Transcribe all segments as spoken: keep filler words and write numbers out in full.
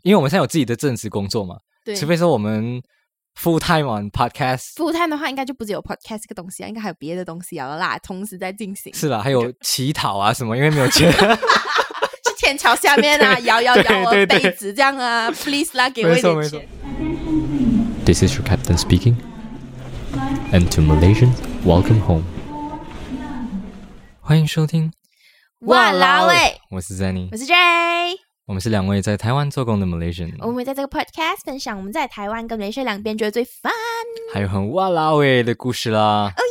因为我们现在有自己的正职工作嘛， 对， 除非说我们 full time on podcast full time 的话应该就不只有 podcast 这个东西啊，应该还有别的东西啊啦，同时在进行。 是啦，还有乞讨啊什么，因为没有钱去天桥下面啊摇摇摇我的杯子这样啊，please 啦，给我一点钱。 This is your captain speaking, and to Malaysians, welcome home. 欢迎收听哇啦喂， 我是 Zenny， 我是 J， 我们是两位在台湾做工的 Malaysian， 我们会在这个 podcast 分享我们在台湾跟马来西亚两边觉得最 fun 还有很哇啦喂的故事啦。 哦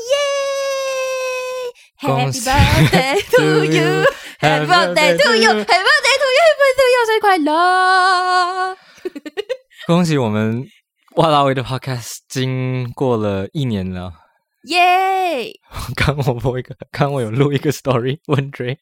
耶 Happy birthday to you Happy birthday to you Happy birthday to you Happy birthday to you 生日快乐恭喜我们哇啦喂的 podcast 经过了一年了耶！ 刚我播一个，刚我有录一个 story 问 Dre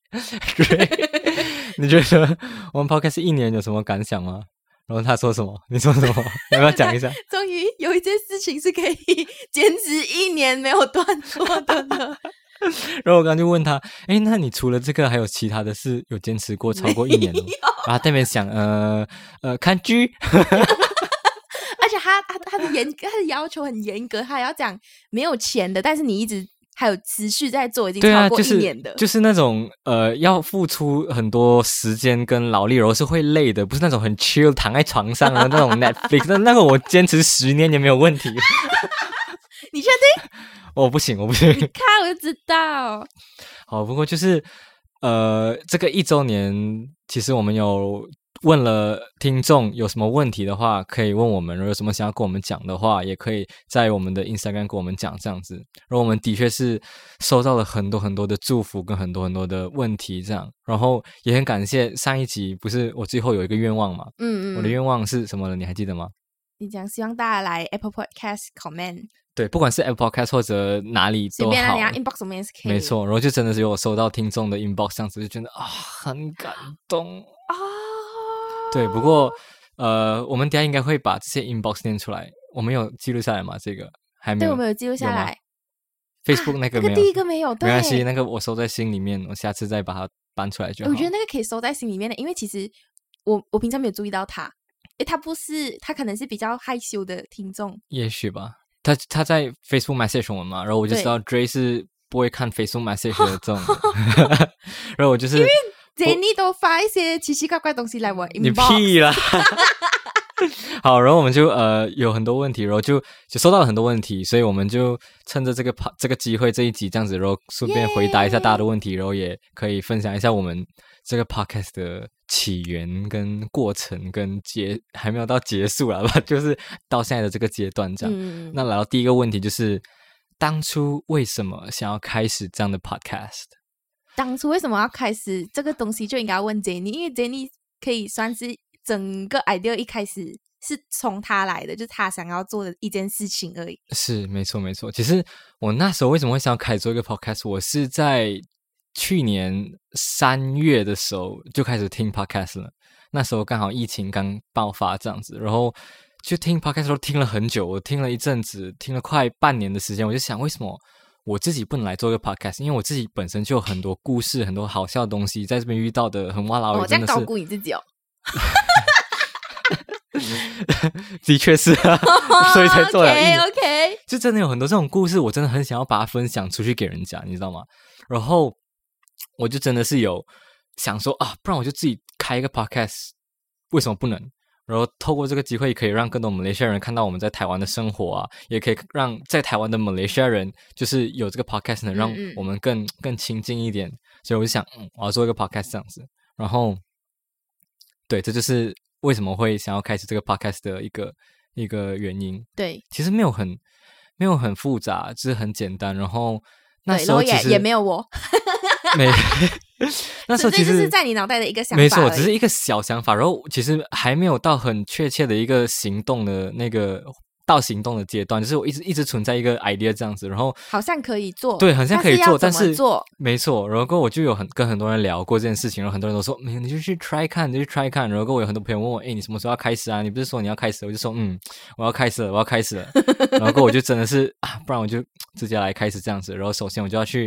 Dre 你觉得我们 podcast 一年有什么感想吗？然后他说什么？你说什么？要不要讲一下？ 终于有一件事情是可以坚持一年没有断做的呢。 然后我刚刚就问他，诶，那你除了这个还有其他的是有坚持过超过一年吗？然后他在那边想呃呃看剧而且他他他的严他的要求很严格，他要讲没有钱的，但是你一直还有持续在做，已经超过一年的， 对啊，就是就是那种呃要付出很多时间跟劳力，然后是会累的，不是那种很 chill 躺在床上的那种 Netflix 那那个我坚持十年也没有问题。 你确定？ 我不行，我不行。 你看我就知道。 好，不过就是呃这个一周年，其实我们有问了听众有什么问题的话可以问我们，如果有什么想要跟我们讲的话也可以在我们的 Instagram 跟我们讲这样子。然后我们的确是收到了很多很多的祝福跟很多很多的问题这样，然后也很感谢上一集不是我最后有一个愿望嘛， 嗯嗯， 我的愿望是什么了你还记得吗？ 你讲希望大家来 Apple Podcast comment， 对，不管是 Apple Podcast 或者哪里都好， 随便啊，你要 inbox 我们也是可以， 没错。然后就真的是有收到听众的 inbox 这样子，就觉得啊很感动啊。 对，不过呃，我们等一下应该会把这些 inbox 念出来。我们有记录下来吗？这个还没有。 对，我们有记录下来。 Facebook 那个没有， 啊、那个第一个没有，对， 没关系，那个我收在心里面，我下次再把它搬出来就好。 我觉得那个可以收在心里面的，因为其实我我平常没有注意到他，诶，他不是，他可能是比较害羞的听众， 也许吧。他他在 Facebook message 我们嘛，然后我就知道 Dre 是不会看 Facebook message 的这种，然后我就是因为 Jenny 都发一些奇奇怪怪东西来我 inbox， 你屁啦！好，然后我们就呃有很多问题，然后就就收到了很多问题，所以我们就趁着这个这个机会这一集这样子，然后顺便回答一下大家的问题， yeah! 然后也可以分享一下我们这个 podcast 的起源跟过程跟结还没有到结束啦吧，就是到现在的这个阶段这样。嗯、那来到第一个问题就是当初为什么想要开始这样的 podcast？ 当初为什么要开始这个东西就应该要问 Jenny， 因为 Jenny 可以算是整个 idea 一开始是从他来的，就是他想要做的一件事情而已。 是，没错没错。其实我那时候为什么会想要开始做一个 podcast， 我是在去年三月的时候就开始听 podcast 了。那时候刚好疫情刚爆发这样子，然后就听 podcast 的时候听了很久，我听了一阵子，听了快半年的时间，我就想为什么我自己不能来做一个 podcast， 因为我自己本身就有很多故事，很多好笑的东西，在这边遇到的很哇啦喂， 真的是。我这样高估你自己哦。 的确是啊，所以才做了一年。 OK OK， 就真的有很多这种故事，我真的很想要把它分享出去给人家，你知道吗？然后我就真的是有想说啊，不然我就自己开一个 podcast， 为什么不能？然后透过这个机会，可以让更多马来西亚人看到我们在台湾的生活啊，也可以让在台湾的马来西亚人就是有这个 podcast 能让我们更、嗯、更亲近一点。所以我就想，嗯，我要做一个 podcast 这样子。然后，对，这就是为什么会想要开始这个 podcast 的一个一个原因。 对， 其实没有很没有很复杂，只是很简单。然后那时候其实对，然后也也没有我。 没，那时候其实就是在你脑袋的一个想法， 没错，只是一个小想法，然后其实还没有到很确切的一个行动的那个到行动的阶段，就是我一直一直存在一个 idea 这样子，然后好像可以做， 对，好像可以做，但是做没错。然后我就有很跟很多人聊过这件事情，然后很多人都说，你就去 try 看，你就去 try 看。然后我有很多朋友问我，哎，你什么时候要开始啊？你不是说你要开始？我就说，嗯，我要开始了，我要开始了。然后我就真的是啊，不然我就直接来开始这样子。然后首先我就要去。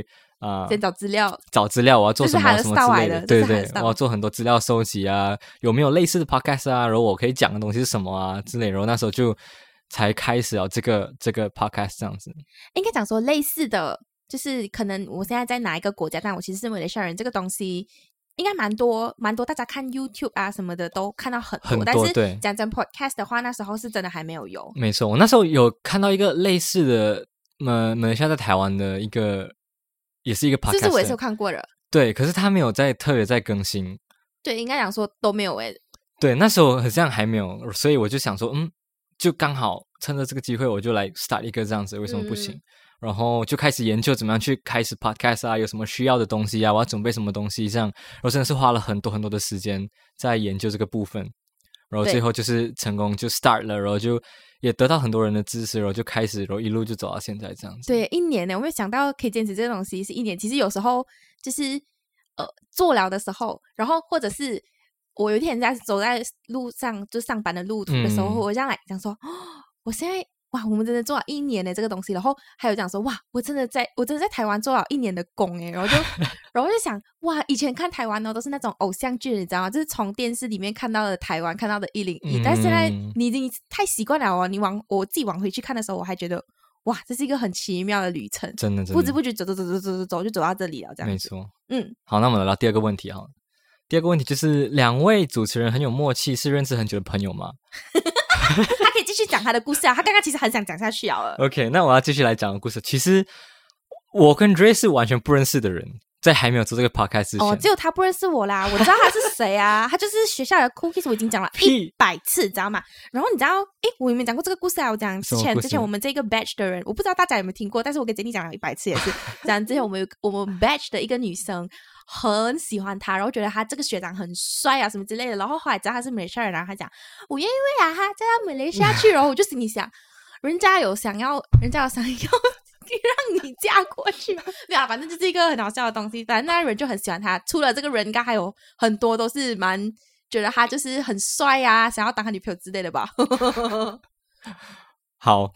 啊、呃， 先找资料， 找资料，我要做什么什么之类的， 对对，我要做很多资料收集啊，有没有类似的 podcast 啊，然后我可以讲的东西是什么啊之类，然后那时候就才开始了这个这个 podcast 这样子。 应该讲说类似的，就是可能我现在在哪一个国家，但我其实是马来西亚人，这个东西应该蛮多蛮多，大家看 YouTube 啊什么的都看到很多， 很多但是对讲真 podcast 的话，那时候是真的还没有有。 没错，我那时候有看到一个类似的，呃，马来西亚在台湾的一个，也是一个 podcast， 是不是我也是有看过的？ 对，可是他没有在特别在更新。 对，应该讲说都没有诶。 对，那时候好像还没有，所以我就想说，嗯，就刚好趁着这个机会，我就来 start 一个这样子，为什么不行？嗯，然后就开始研究怎么样去开始 podcast 啊，有什么需要的东西啊，我要准备什么东西这样，然后真的是花了很多很多的时间在研究这个部分，然后最后就是成功就 start 了，然后就也得到很多人的支持，然后就开始，然后一路就走到现在这样子。 对，一年呢，我没有想到可以坚持这个东西是一年。其实有时候就是呃做了的时候，然后或者是我有一天在走在路上就上班的路途的时候，嗯，我这样来讲说，哦，我现在哇，我们真的做了一年的这个东西，然后还有讲说，哇，我真的在我真的在台湾做了一年的工诶，然后就然后就想，哇，以前看台湾呢都是那种偶像剧，你知道吗？就是从电视里面看到的台湾，看到的一零一，但现在你已经太习惯了哦，你往我自己往回去看的时候，我还觉得，哇，这是一个很奇妙的旅程， 真的，真的不知不觉走走走走走走走就走到这里了，这样子。 没错， 嗯， 好，那我们来到第二个问题哈。第二个问题就是两位主持人很有默契，是认识很久的朋友吗？ 他可以继续讲他的故事啊，他刚刚其实很想讲下去啊了。 OK， 那我要继续来讲故事。其实我跟 Dre 是完全不认识的人，在还没有做这个 podcast 之前。 哦，只有他不认识我啦，我知道他是谁啊，他就是学校的 cookies， 我已经讲了一百次，知道吗？然后你知道，诶，我有没有讲过这个故事啊？我讲之前之前我们这个 batch 的人，我不知道大家有没有听过，但是我跟 Jenny 讲了一百次也是。讲之前我们有我们 batch 的一个女生。很喜欢他，然后觉得他这个学长很帅啊什么之类的，然后后来知道他是马来西亚人，然后他讲我愿意为啊他带到马来西亚去，然后我就心里想，人家有想要，人家有想要让你嫁过去吗？没有啦，反正就是一个很好笑的东西。反正那人就很喜欢他，除了这个人，应该还有很多都是蛮觉得他就是很帅啊，想要当他女朋友之类的吧。 好，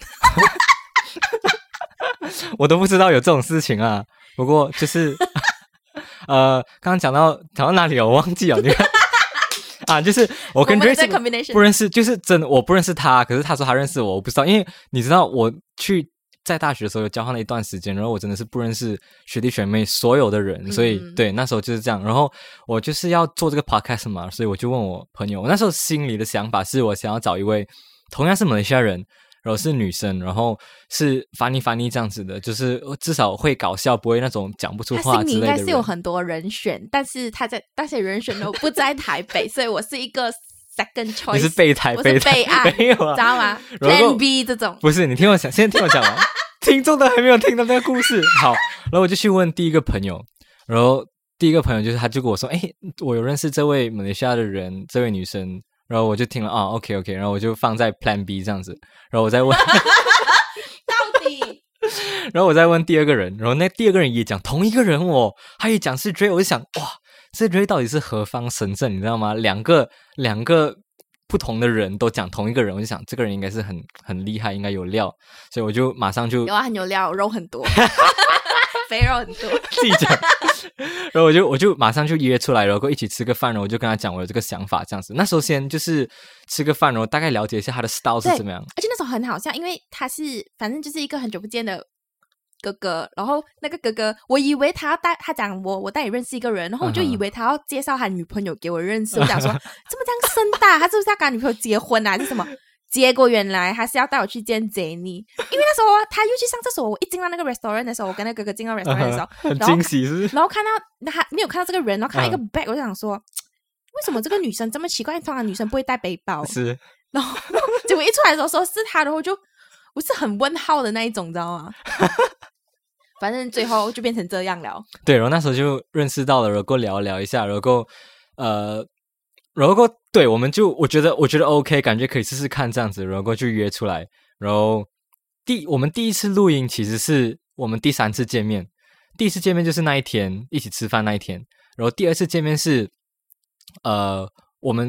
我都不知道有这种事情啊。不过就是。呃，刚刚讲到讲到哪里了？我忘记了。你看啊，就是我跟 Dre 不认识，就是真的我不认识他，可是他说他认识我，我不知道，因为你知道我去在大学的时候有交换了一段时间，然后我真的是不认识学弟学妹所有的人，所以、嗯、对那时候就是这样。然后我就是要做这个 podcast 嘛，所以我就问我朋友，我那时候心里的想法是我想要找一位同样是马来西亚人。然后是女生，然后是翻译翻译这样子的，就是至少会搞笑，不会那种讲不出话之类的人。他心里应该是有很多人选，但是他在那些人选都不在台北，所以我是一个 second choice。 你是备胎， 我是备案， 没有啊？ 知道吗 ？Plan B 这种不是你听我讲，先听我讲完，听众都还没有听到那个故事。好，然后我就去问第一个朋友，然后第一个朋友就是他就跟我说，哎，我有认识这位马来西亚的人，这位女生。然后我就听了啊 ，OK OK， 然后我就放在 Plan B 这样子，然后我再问， 到底， 然后我再问第二个人，然后那第二个人也讲同一个人哦，他也讲是 Dre， 我就想哇，这 Dre 到底是何方神圣，你知道吗？两个两个不同的人都讲同一个人，我就想这个人应该是很很厉害，应该有料，所以我就马上就有啊，很有料，肉很多。肥肉很多， 自己讲，然后我就我就马上就约出来，然后一起吃个饭，然后我就跟他讲我有这个想法，这样子。那时候先就是吃个饭，然后大概了解一下他的 style 是怎么样。 而且那时候很好笑，因为他是反正就是一个很久不见的哥哥，然后那个哥哥，我以为他要带他讲我我带你认识一个人，然后我就以为他要介绍他女朋友给我认识，我讲说怎么这样深大，他是不是要跟他女朋友结婚啊，还是什么？结果原来他是要带我去见 Jenny， 因为那时候他又去上厕所，我一进到那个 restaurant 的时候，我跟那个哥哥进到 restaurant 的时候， 很惊喜是不是？ 然后看到他没有看到这个人，然后看到一个 bag，、uh-huh. 我就想说，为什么这个女生这么奇怪？通常女生不会带背包， 是。 然后结果一出来的时候说是他，然后就我是很问号的那一种，你知道吗？反正最后就变成这样了。 对，然后那时候就认识到了，然后聊聊一下，然后呃。然后对，我们就我觉得我觉得 OK， 感觉可以试试看这样子，然后就约出来。然后第我们第一次录音其实是我们第三次见面，第一次见面就是那一天一起吃饭那一天，然后第二次见面是呃我们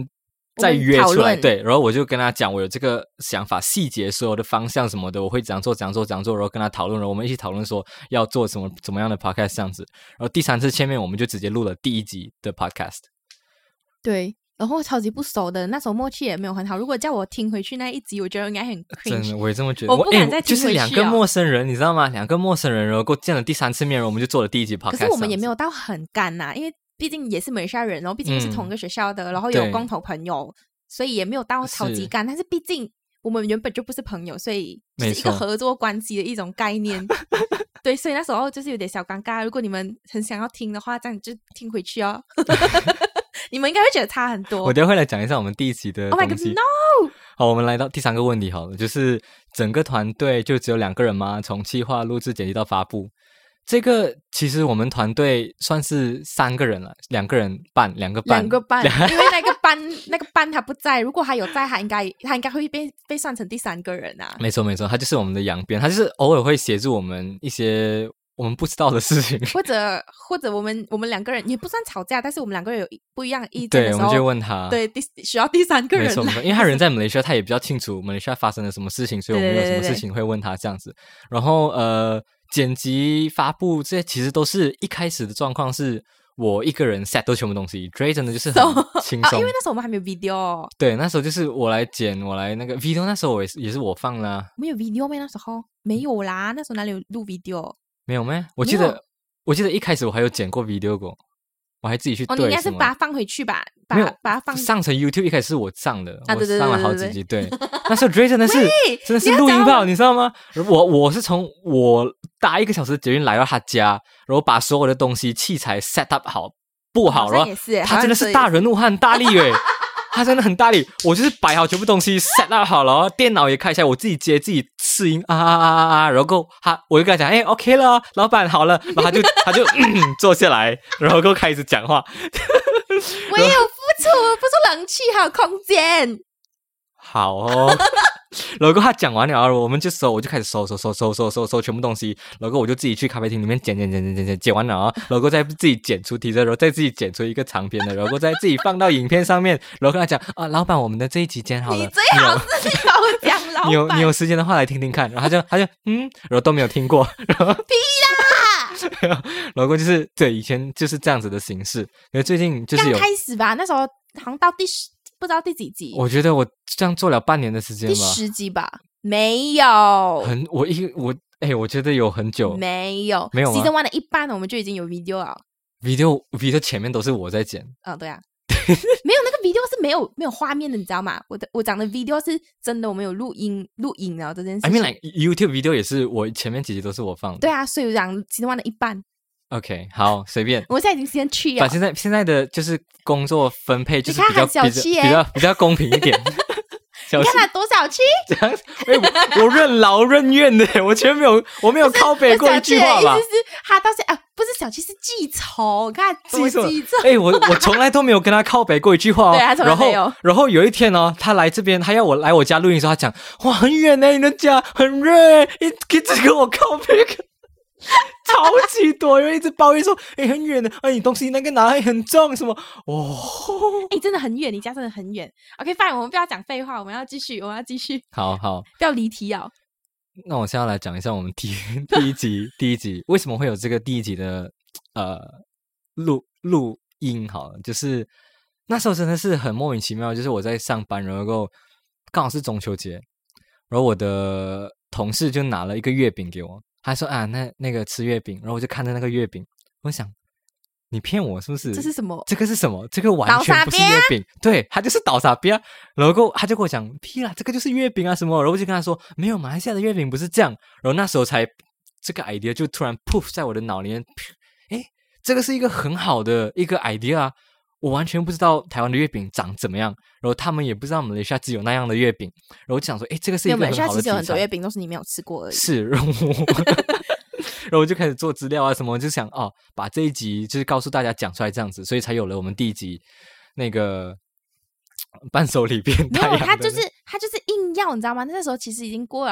再约出来，对，然后我就跟他讲我有这个想法，细节所有的方向什么的，我会怎样做怎样做怎样做，然后跟他讨论，然后我们一起讨论说要做什么怎么样的 podcast 这样子。然后第三次见面我们就直接录了第一集的 podcast。 对，然后超级不熟的，那时候默契也没有很好，如果叫我听回去那一集我觉得应该很 cringe。 真的我也这么觉得， 我不敢再听回去、哦、 就是两个陌生人你知道吗，两个陌生人然后见了第三次面，然后我们就做了第一集 podcast。 可是我们也没有到很干呐、啊，因为毕竟也是马来西亚人，然后毕竟是同个学校的、嗯、然后有共同朋友，所以也没有到超级干，但是毕竟我们原本就不是朋友，所以就是一个合作关系的一种概念。对，所以那时候就是有点小尴尬，如果你们很想要听的话，这样就听回去哦。你们应该会觉得差很多。 我等一下会来讲一下我们第一集的东西。 Oh my god no。 好，我们来到第三个问题好了，就是整个团队就只有两个人吗？从企划录制剪辑到发布，这个其实我们团队算是三个人了，两个人半，两个半， 两个半，因为那个班那个班他不在，如果他有在，他应该他应该会被被算成第三个人啊。 没错没错，他就是我们的扬鞭，他就是偶尔会协助我们一些我们不知道的事情， 或者或者我们我们两个人也不算吵架，但是我们两个人有不一样的意见的时候， 对，我们就问他， 对，第需要第三个人， 没错没错，因为他人在马来西亚，他也比较清楚马来西亚发生了什么事情，所以我们有什么事情会问他这样子。然后呃。剪辑发布这些其实都是一开始的状况是我一个人 set 都全部东西 Dre 真的就是很轻松、 啊、因为那时候我们还没有 video。 对，那时候就是我来剪我来那个 video， 那时候我也是也是我放啦、啊、 没有 video 吗？那时候没有啦，那时候哪里有录 video？ 没有咩？我记得我记得一开始我还有剪过 video 过，我还自己去对、哦、 你应该是把它放回去吧，把没有把它放上成 YouTube， 一开始是我上的、 啊、 我上了好几集。对，那时候 Dre 真的是真的是你录音炮，你知道吗？我我是从我搭一个小时的捷运来到他家，然后把所有的东西器材 set up 好布好，然后他真的是大人物，他很大力耶。他真的很大力，我就是摆好全部东西 set up 好了，然后电脑也开起来，我自己接自己试音啊啊啊啊啊，然后他我就跟他讲，哎 ，OK 了，老板好了，然后他就他就、嗯、坐下来，然后就开始讲话。 我也有付出，付出冷气还有空间。 好哦。然后他讲完了，我们就收，我就开始收收收收收收收全部东西，然后我就自己去咖啡厅里面剪剪剪剪剪剪剪完了啊，然后再自己剪出题，然后再自己剪出一个长篇的，然后再自己放到影片上面，然后跟他讲啊，老板，我们的这一集剪好了， 你最好是你跟我讲，老板， 你有你有时间的话来听听看，然后他就他就嗯，然后都没有听过，然后屁啦， 然后就是对以前就是这样子的形式，因为最近就是有刚开始吧，那时候好像到第十。不知道第几集， 我觉得我这样做了半年的时间吧， 第十集吧，没有， 很我一我哎、欸，我觉得有很久， 没有没有吗 Season one 的一半我们就已经有 video 了 ，video video 前面都是我在剪， 啊、哦，对啊，没有那个 video 是没有没有画面的，你知道吗？我的我讲的 video 是真的，我们有录音录音啊这件事情。 I mean like YouTube video 也是我前面几集都是我放的， 对啊，所以我讲 Season one 的一半。 OK， 好，随便。 我现在已经先去了。 把现在现在的就是工作分配就是比较小气、欸、 比较比较公平一点。 你看他多小气！ 这样，欸、我, 我任劳任怨的，我全没有我没有靠北过一句话吧？ 意思是他到现在啊，不是小气，是记仇。看多记仇。 哎、欸，我我从来都没有跟他靠北过一句话、哦。 对啊，从来没有。 然后然后有一天哦，他来这边，他要我来我家录音的时候，他讲哇很远呢，你的家很热，你一直跟我靠北。超级多人一直抱怨说哎、欸、很远的，哎你东西那个拿来很重什么哦， 哎、欸、真的很远，你家真的很远。 OK fine， 我们不要讲废话，我们要继续我们要继续好好不要离题哦。 那我现在来讲一下我们第第一集第一集为什么会有这个第一集的呃录录音。好了，就是那时候真的是很莫名其妙，就是我在上班，然后刚好是中秋节，然后我的同事就拿了一个月饼给我，他说啊，那那个吃月饼，然后我就看着那个月饼，我想你骗我是不是？ 这是什么？ 这个是什么？这个完全不是月饼，对，他就是倒沙边。然后他就跟我讲屁啦，这个就是月饼啊什么。然后我就跟他说没有，马来西亚的月饼不是这样。然后那时候才这个 idea 就突然 poof 在我的脑里面，诶，这个是一个很好的一个 idea 啊。我完全不知道台湾的月饼长怎么样，然后他们也不知道马来西亚只有那样的月饼，然后我就想说，哎，这个是一个很好的题材。 马来西亚其实有很多月饼都是你没有吃过而已。 是，然后我，然后我就开始做资料啊什么，我就想哦，把这一集就是告诉大家讲出来这样子，所以才有了我们第一集那个伴手礼变态。 没有，他就是他就是硬要，你知道吗？那时候其实已经过了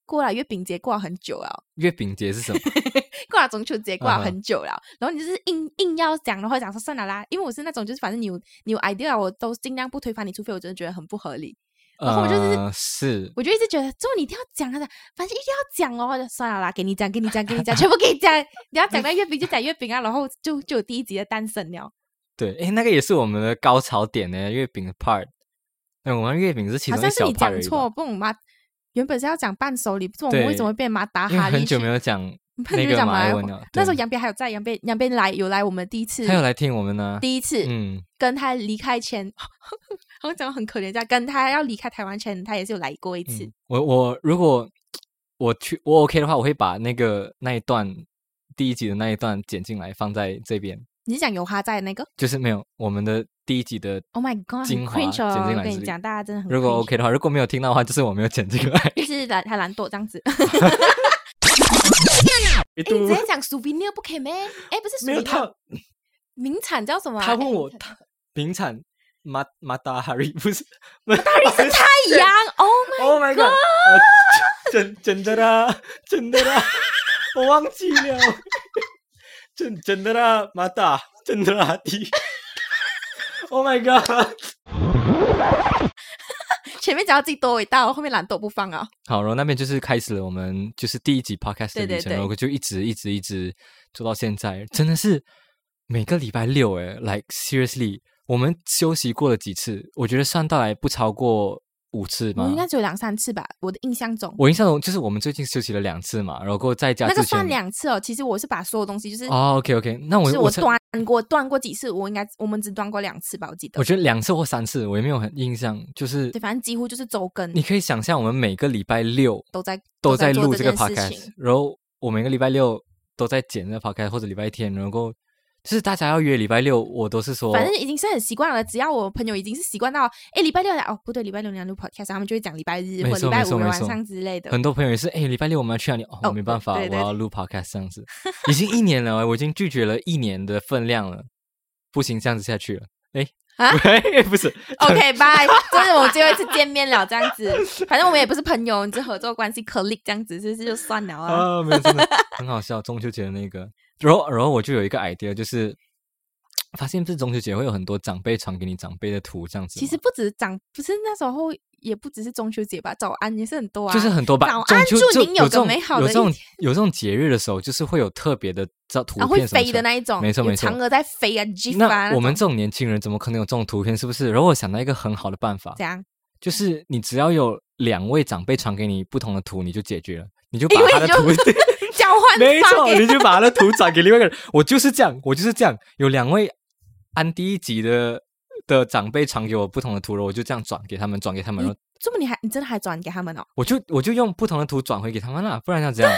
过了月饼节过了很久了。 月饼节是什么？ 过了中秋节过了很久了， uh-huh. 然后你就是硬硬要讲的话，讲说算了啦，因为我是那种就是反正你有你有 idea， 我都尽量不推翻你，除非我真的觉得很不合理。然后我就是、 呃、是， 我就一直觉得，最后你一定要讲啊，反正一定要讲哦，就算了啦，给你讲，给你讲，给你讲，全部给你讲。你要讲到月饼就讲月饼啊，然后就就有第一集的诞生了。 对，哎，那个也是我们的高潮点呢，月饼的 part。哎，我们月饼是其中一小 part 而已吧。 好像是你讲错，不，我们原本是要讲伴手礼，不知道我们为什么变马达哈利？ 因为很久没有讲那个马来文了。 那时候杨边还有在，杨边杨边来有来我们第一次， 他有来听我们呢， 第一次， 嗯， 跟他离开前，好像讲很可怜，这样跟他要离开台湾前，他也是有来过一次。 嗯、我我如果我去我 OK 的话，我会把那个那一段第一集的那一段剪进来放在这边。 你是讲有他在那个？ 就是没有我们的第一集的 Oh my God 精华剪进来、哦。 我跟你讲，大家真的很如果 OK 的话，如果没有听到的话，就是我没有剪进来， 就是懒他懒惰这样子。欸、你直接讲 souvenir 不可以咩？哎，不是 souvenir， 没有他名产叫什么、啊？ 他问我他名产马马达哈利不是马达哈利是太阳。Oh my Oh my God！ 呃、真真的啦，真的啦，我忘记了。真真的啦，马达，真的啦的。Oh my god！ 前面讲到自己多伟大，后面懒惰不放啊。 好，然后那边就是开始了我们就是第一集 podcast 的旅程， 对对对， 然后就一直一直一直做到现在，真的是每个礼拜六诶 ，like seriously， 我们休息过了几次？我觉得算到来不超过五次吗？ 我应该只有两三次吧，我的印象中。 我印象中就是我们最近休息了两次嘛，然后再加之前那个算两次哦。其实我是把所有东西就是哦 ，OK OK， 那我就是我端过端过几次，我应该我们只端过两次吧，我记得。 我觉得两次或三次，我也没有很印象，就是对，反正几乎就是周更。 你可以想象我们每个礼拜六都在都在录这个 podcast， 然后我每个礼拜六都在剪这个 podcast， 或者礼拜天，然后就是大家要约礼拜六，我都是说， 反正已经是很习惯了。只要我朋友已经是习惯到，哎，礼拜六来哦，不对，礼拜六你要录 podcast， 他们就会讲礼拜日或礼拜五的晚上之类的。 很多朋友也是，哎，礼拜六我们要去哪里？哦，哦没办法，对对对，我要录 podcast 这样子。已经一年了，我已经拒绝了一年的分量了，不行，这样子下去了。哎啊，不是 ，OK， 拜，这是我们最后一次见面了，这样子。反正我们也不是朋友，你是合作关系 colleague 这样子，是不是就算了啊？ 啊，没有，真的很好笑。中秋节的那个，然后然后我就有一个 idea， 就是。发现不是中秋节会有很多长辈传给你长辈的图这样子， 其实不止长，不是那时候也不只是中秋节吧，早安也是很多啊， 就是很多吧。 早安，祝您有个美好的有这种有这种节日的时候，就是会有特别的照图片、啊， 会飞的那一种， 没错没错， 嫦娥在飞啊 ，GIF 啊。 那我们这种年轻人怎么可能有这种图片？是不是？然后我想到一个很好的办法， 怎样？ 就是你只要有两位长辈传给你不同的图，你就解决了，你就把他的图。 交换， 没错，你就把他的图转给另外一个人。我就是这样，我就是这样，有两位。按第一集的的长辈传给我不同的图，然后我就这样转给他们，转给他们。 这么你还你真的还转给他们哦？ 我就我就用不同的图转回给他们啦，不然要怎样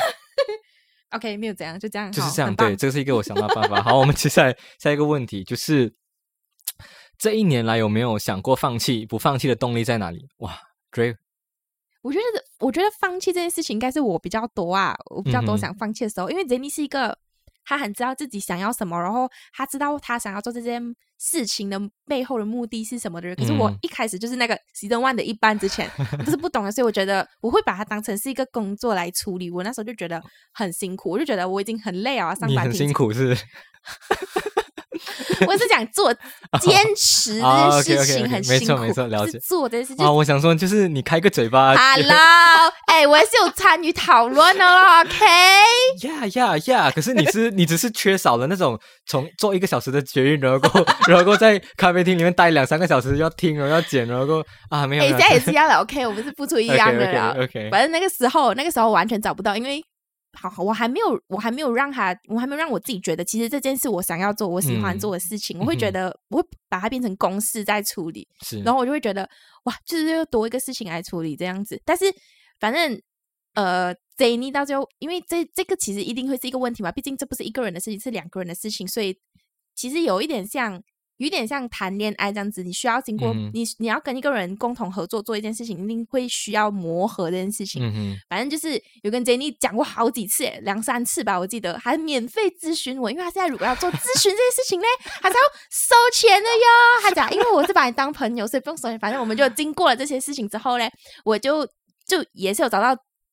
？OK， 没有怎样，就这样， 就是这样。对，这是一个我想到的办法。好，我们接下来下一个问题就是，这一年来有没有想过放弃？不放弃的动力在哪里？哇 ，Dre， 我觉得我觉得放弃这件事情应该是我比较多啊，我比较多想放弃的时候，嗯、因为 Jenny 是一个。他很知道自己想要什么，然后他知道他想要做这件事情的背后的目的是什么的人。可是我一开始就是那个 season one 的一半之前，我就是不懂的，所以我觉得我会把它当成是一个工作来处理。我那时候就觉得很辛苦，我就觉得我已经很累啊，上班你很辛苦是。 我是讲做坚持这件事情很辛苦， 没错没错，了解。 做这件事情啊，我想说就是你开个嘴巴。 Hello， 哎、欸，我也是有参与讨论的咯 ，OK？ 呀呀呀！可是你是你只是缺少了那种从做一个小时的捷运，然后然后在咖啡厅里面待两三个小时，要听然后要剪，然后啊没有。哎、 欸，现在也是一样的 ，OK？ 我们是付出一样的啦 ，OK OK。 反正那个时候那个时候完全找不到，因为。好，我还没有，我还没有让他，我还没有让我自己觉得，其实这件事我想要做，我喜欢做的事情，嗯、我会觉得，我会把它变成公事在处理， 是， 然后我就会觉得，哇，就是又多一个事情来处理这样子。但是，反正，呃 ，Jenny 到最后，因为这这个其实一定会是一个问题嘛，毕竟这不是一个人的事情，是两个人的事情，所以其实有一点像。有点像谈恋爱这样子，你需要经过、嗯、你你要跟一个人共同合作做一件事情，一定会需要磨合这件事情。嗯、反正就是有跟 Jenny 讲过好几次，两三次吧，我记得还免费咨询我，因为他现在如果要做咨询这件事情呢，他是要收钱的哟。他讲，因为我是把你当朋友，所以不用收钱。反正我们就经过了这些事情之后呢，我就就也是有找到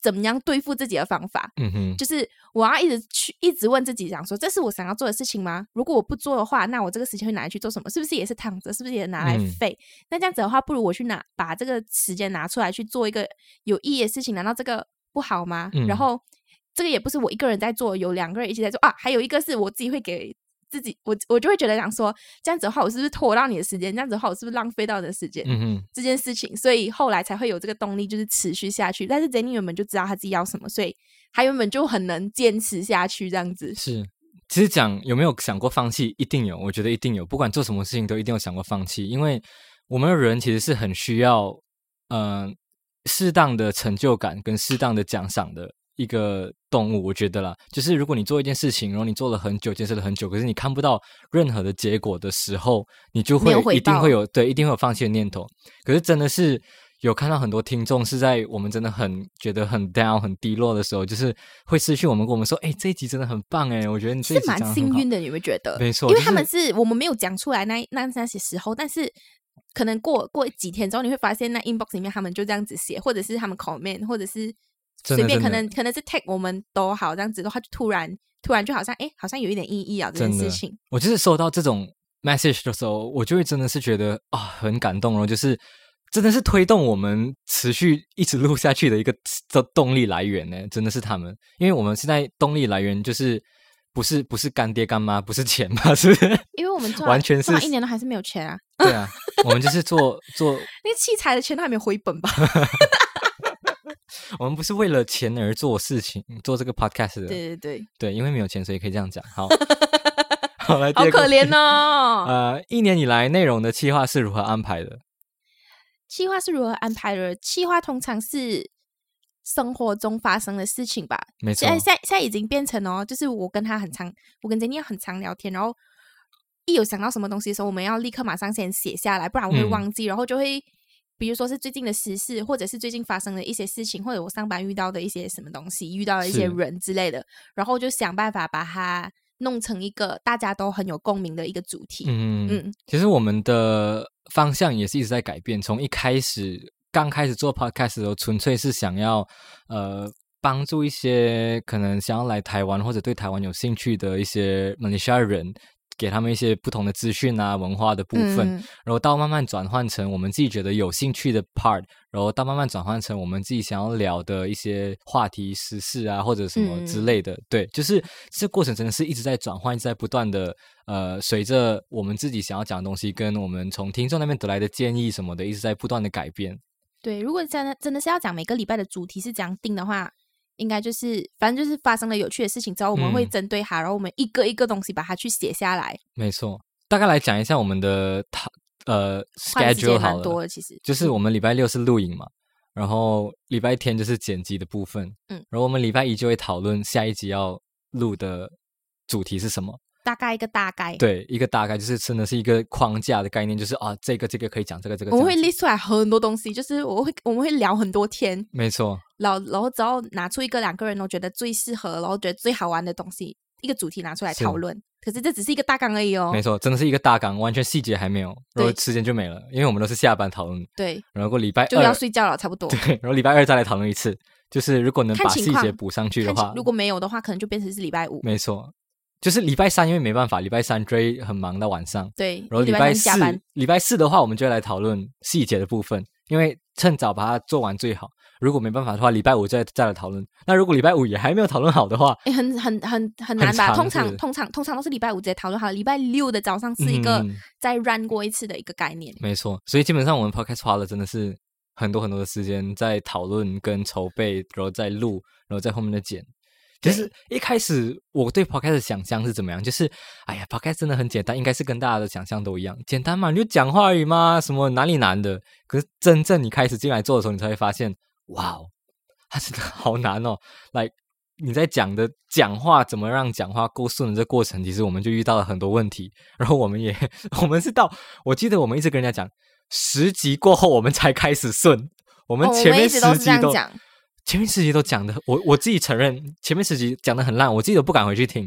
怎么样对付自己的方法。 嗯哼， 就是我要一直去一直问自己讲说，这是我想要做的事情吗？如果我不做的话，那我这个时间会拿来去做什么？是不是也是躺着？是不是也拿来废、嗯、那这样子的话，不如我去拿把这个时间拿出来去做一个有意义的事情，难道这个不好吗？嗯、然后这个也不是我一个人在做，有两个人一起在做啊，还有一个是我自己会给自己，我我就会觉得讲说，这样子的话我是不是拖到你的时间？这样子的话我是不是浪费到你的时间？嗯哼，这件事情，所以后来才会有这个动力，就是持续下去。但是 Jenny 原本就知道他自己要什么，所以他原本就很能坚持下去这样子。 是，其实讲有没有想过放弃，一定有，我觉得一定有，不管做什么事情都一定有想过放弃，因为我们的人其实是很需要呃适当的成就感跟适当的奖赏的一个动物，我觉得啦，就是如果你做一件事情，然后你做了很久，坚持了很久，可是你看不到任何的结果的时候，你就会一定会有对，一定会有放弃的念头。可是真的是有看到很多听众是在我们真的很觉得很 down 很低落的时候，就是会私讯我们跟我们说，哎、欸，这一集真的很棒哎，我觉得你这一集讲得很好， 是蛮幸运的，你会觉得？ 没错， 因为他们是、就是、我们没有讲出来那那那些时候，但是可能过过几天之后，你会发现那 inbox 里面他们就这样子写，或者是他们 comment， 或者是。随便可能可能是 tag 我们都好，这样子的话就突然突然就好像哎，好像有一点意义啊这件事情。 我就是收到这种 message 的时候，我就会真的是觉得啊、哦、很感动，然后就是真的是推动我们持续一直录下去的一个动力来源呢，真的是他们，因为我们现在动力来源就是不是不是干爹干妈，不是钱嘛，是不是？ 因为我们做完全是一年都还是没有钱啊。 对啊，我们就是做做那个器材的钱都还没有回本吧。 我们不是为了钱而做事情，做这个 podcast 的。 对对对对，因为没有钱，所以可以这样讲。好，好来， 好可怜哦。 呃，一年以来内容的企划是如何安排的？ 企划是如何安排的？企划通常是生活中发生的事情吧。 没错， 现在现在现在已经变成哦，就是我跟他很常，我跟 Jenny 很常聊天，然后一有想到什么东西的时候，我们要立刻马上先写下来，不然我会忘记，嗯、然后就会。比如说是最近的时事，或者是最近发生的一些事情，或者我上班遇到的一些什么东西，遇到的一些人之类的，然后就想办法把它弄成一个大家都很有共鸣的一个主题。嗯嗯， 其实我们的方向也是一直在改变，从一开始刚开始做 podcast 的时候，纯粹是想要呃帮助一些可能想要来台湾或者对台湾有兴趣的一些马来西亚人。给他们一些不同的资讯啊，文化的部分，嗯、然后到慢慢转换成我们自己觉得有兴趣的 part， 然后到慢慢转换成我们自己想要聊的一些话题、时事啊，或者什么之类的。嗯、对，就是这过程真的是一直在转换，一直在不断的呃，随着我们自己想要讲的东西，跟我们从听众那边得来的建议什么的，一直在不断的改变。 对，如果真的真的是要讲每个礼拜的主题是这样定的话。应该就是反正就是发生了有趣的事情之后，我们会针对它、嗯、然后我们一个一个东西把它去写下来。 没错，大概来讲一下我们的呃 schedule 好了， 多了其实就是我们礼拜六是录影嘛，然后礼拜天就是剪辑的部分，嗯，然后我们礼拜一就会讨论下一集要录的主题是什么。 大概一个大概， 对，一个大概就是真的是一个框架的概念，就是啊，这个这个可以讲，这个这个。 我们会 list 出来很多东西，就是我会我们会聊很多天， 没错。 然后然后只要拿出一个两个人都觉得最适合，然后觉得最好玩的东西，一个主题拿出来讨论。可是这只是一个大纲而已哦。 没错，真的是一个大纲，完全细节还没有，然后时间就没了，因为我们都是下班讨论。 对， 然后礼拜二就要睡觉了，差不多。 对，然后礼拜二再来讨论一次，就是如果能把细节补上去的话， 如果没有的话，可能就变成是礼拜五。 没错。就是礼拜三因为没办法，礼拜三追很忙到晚上， 对， 然后礼拜四礼拜四的话我们就来讨论细节的部分，因为趁早把它做完最好，如果没办法的话礼拜五再再来讨论。那如果礼拜五也还没有讨论好的话， 诶很很很很难吧，通常通常通常都是礼拜五直接讨论好，礼拜六的早上是一个再 run 过一次的一个概念、 嗯、没错，所以基本上我们 podcast 花了真的是很多很多的时间在讨论跟筹备，然后再录，然后在后面的剪。就是一开始我对 podcast 的想象是怎么样，就是哎呀 podcast 真的很简单，应该是跟大家的想象都一样简单嘛，你就讲话而已嘛，什么哪里难的。可是真正你开始进来做的时候，你才会发现哇哦，它真的好难哦。like 你在讲的讲话怎么让讲话够顺的这过程，其实我们就遇到了很多问题，然后我们也我们是到我记得我们一直跟人家讲十集过后我们才开始顺，我们前面十集都、哦、我们一直都是这样讲，前面十集都讲的，我我自己承认前面十集讲的很烂，我自己都不敢回去听，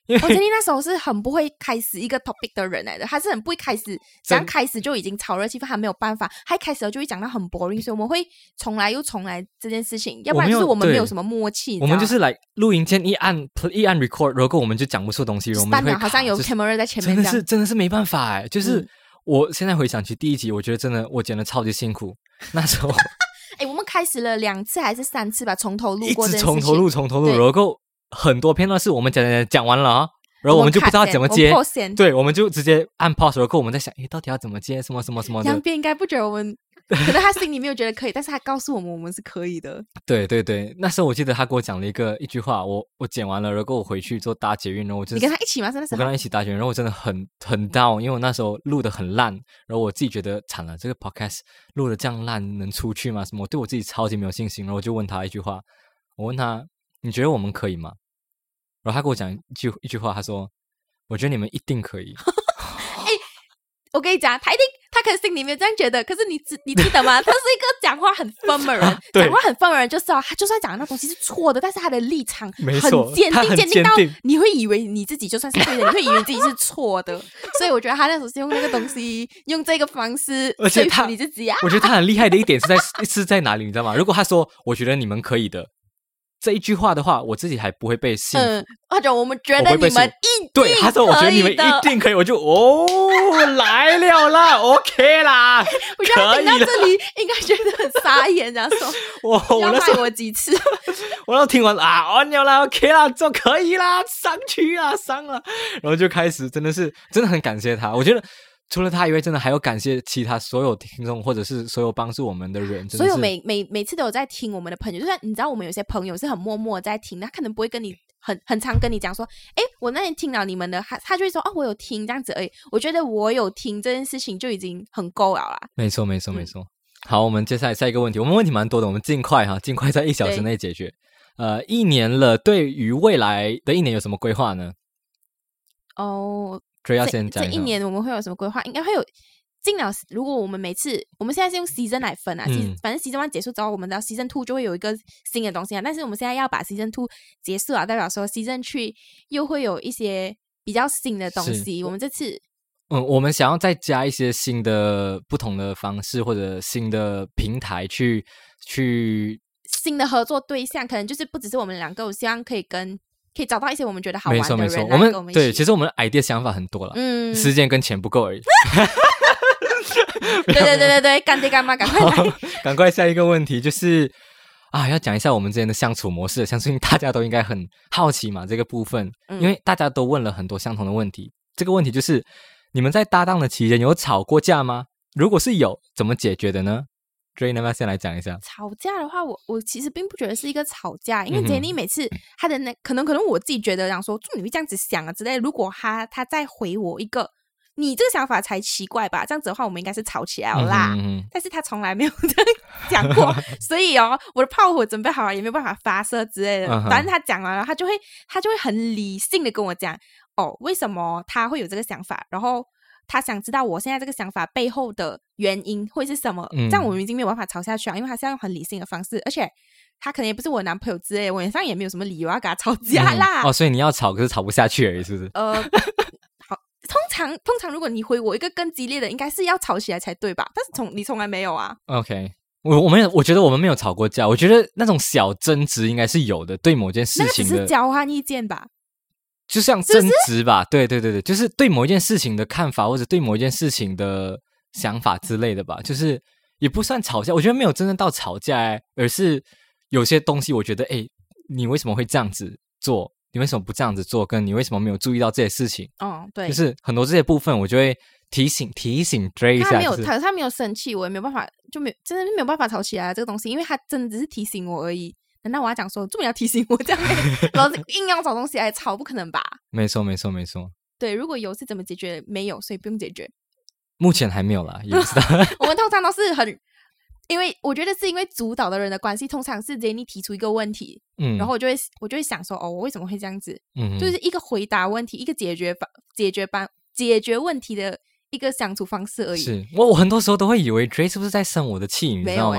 因为我觉得你那时候是很不会开始一个 topic 的人来的，他是很不会开始，刚开始就已经炒热气氛，他没有办法，他一开始就会讲到很 boring， 所以我们会重来又重来这件事情，要不然就是我们没有什么默契。 我们就是来录音键一按一按 record， 然后我们就讲不出东西，我们就会好像有 camera 在前面， 真的是真的是没办法哎，就是。嗯我现在回想起第一集，我觉得真的我剪得超级辛苦。那时候， 哎、欸，我们开始了两次还是三次吧，从头录过这件事情， 一直从头录，从头录，然后很多片段是我们讲讲讲完了啊，然后我们就不知道怎么接， 我对，我们就直接按 pause， 然后我们在想，哎，到底要怎么接，什么什么什么的。 杨斌应该不觉得我们。可能他心里没有觉得可以，但是他告诉我们我们是可以的。 对对对，那时候我记得他跟我讲了一个一句话，我我剪完了，然后我回去做搭捷运，然后我就你跟他一起吗？真的是我跟他一起搭捷运，然后我真的很很 down，因为我那时候录的很烂，然后我自己觉得惨了，这个 podcast 录的这样烂能出去吗？什么？我对我自己超级没有信心，然后我就问他一句话，我问他你觉得我们可以吗？然后他跟我讲一句一句话，他说我觉得你们一定可以。 哎、欸，我跟你讲，他一定。他可能心里面这样觉得，可是你知你记得吗？他是一个讲话很 firm 的人，啊、讲话很 firm 的人就是哦，他就算讲的那东西是错的，但是他的立场很坚定，坚定到你会以为你自己就算是对的，你会以为自己是错的。所以我觉得他那时候是用那个东西，用这个方式说服你自己啊。 我觉得他很厉害的一点是在是在哪里，你知道吗？如果他说我觉得你们可以的。这一句话的话，我自己还不会被信服。 嗯，或者我们觉得你们一定对他说，我觉得你们一定可以，我就哦来了啦 ，OK 啦。 我觉得听到这里应该觉得很傻眼，这样说， 我我要卖我几次？ 我要听完啊，哦牛啦 ，OK 啦，就可以啦，上去啦，上了，然后就开始，真的是真的很感谢他，我觉得。除了他以外，真的还要感谢其他所有听众，或者是所有帮助我们的人。 所有每每每次都有在听我们的朋友，就算你知道我们有些朋友是很默默在听，他可能不会跟你很很常跟你讲说，哎，我那天听了你们的，他他就会说，哦，我有听这样子而已。我觉得我有听这件事情就已经很够了啦。 没错，没错，没错。嗯、好，我们接下来下一个问题，我们问题蛮多的，我们尽快哈，尽快在一小时内解决。呃，一年了，对于未来的一年有什么规划呢？ 哦。 所以要先讲这一年我们会有什么规划？应该会有进了。如果我们每次我们现在是用 season 来分啊，嗯、反正 season one 结束之后，我们到 season two 就会有一个新的东西啊。但是我们现在要把 season two 结束啊，代表说 season three 又会有一些比较新的东西。我们这次， 嗯，我们想要再加一些新的、不同的方式或者新的平台去去新的合作对象，可能就是不只是我们两个，我希望可以跟。可以找到一些我们觉得好玩的人没错没错， 我们, 我们对，其实我们的 idea 想法很多了，嗯，时间跟钱不够而已。 对对对对对，干爹干妈赶快来， 赶快下一个问题就是啊，要讲一下我们之间的相处模式，相信大家都应该很好奇嘛，这个部分，嗯、因为大家都问了很多相同的问题。这个问题就是，你们在搭档的期间有吵过架吗？如果是有，怎么解决的呢？Dray 要不要先来讲一下？ 吵架的话，我我其实并不觉得是一个吵架，因为 Jenny 每次他的那、嗯、可能可能我自己觉得想说，你会这样子想啊之类的。如果他他再回我一个，你这个想法才奇怪吧？这样子的话，我们应该是吵起来了啦。嗯嗯嗯但是他从来没有这样讲过，所以哦，我的炮火准备好了，也没有办法发射之类的。反正他讲完了，他就会他就会很理性的跟我讲，哦，为什么他会有这个想法，然后。他想知道我现在这个想法背后的原因会是什么，嗯、这样我们已经没有办法吵下去啊，因为他是要用很理性的方式，而且他可能也不是我男朋友之类的，我晚上也没有什么理由要跟他吵架啦。 嗯、哦，所以你要吵，可是吵不下去而已，是不是？ 呃，好，通常通常如果你回我一个更激烈的，应该是要吵起来才对吧？但是从你从来没有啊。 OK， 我我没有，我觉得我们没有吵过架，我觉得那种小争执应该是有的，对某件事情的， 那只是交换意见吧。 就像争执吧，是是对对对对，就是对某一件事情的看法，或者对某一件事情的想法之类的吧，就是也不算吵架，我觉得没有真正到吵架，而是有些东西我觉得，哎，你为什么会这样子做？你为什么不这样子做？跟你为什么没有注意到这些事情？ 哦，对， 就是很多这些部分，我就会提醒提醒追一下。 他没有， 就是、 他他没有生气，我也没有办法，就没有真的没有办法吵起来这个东西，因为他真的只是提醒我而已。难道我要讲说，这么要提醒我这样，然后硬要找东西来吵，不可能吧？ 没错，没错，没错。 对，如果有是怎么解决？没有，所以不用解决。 目前还没有啦，也不知道。 我们通常都是很，因为我觉得是因为主导的人的关系，通常是 Jenny 提出一个问题，嗯，然后我就会我就会想说，哦，我为什么会这样子？嗯，就是一个回答问题，一个解决方解决方解决问题的一个相处方式而已。 是我我很多时候都会以为 Dray 是不是在生我的气，你知道吗？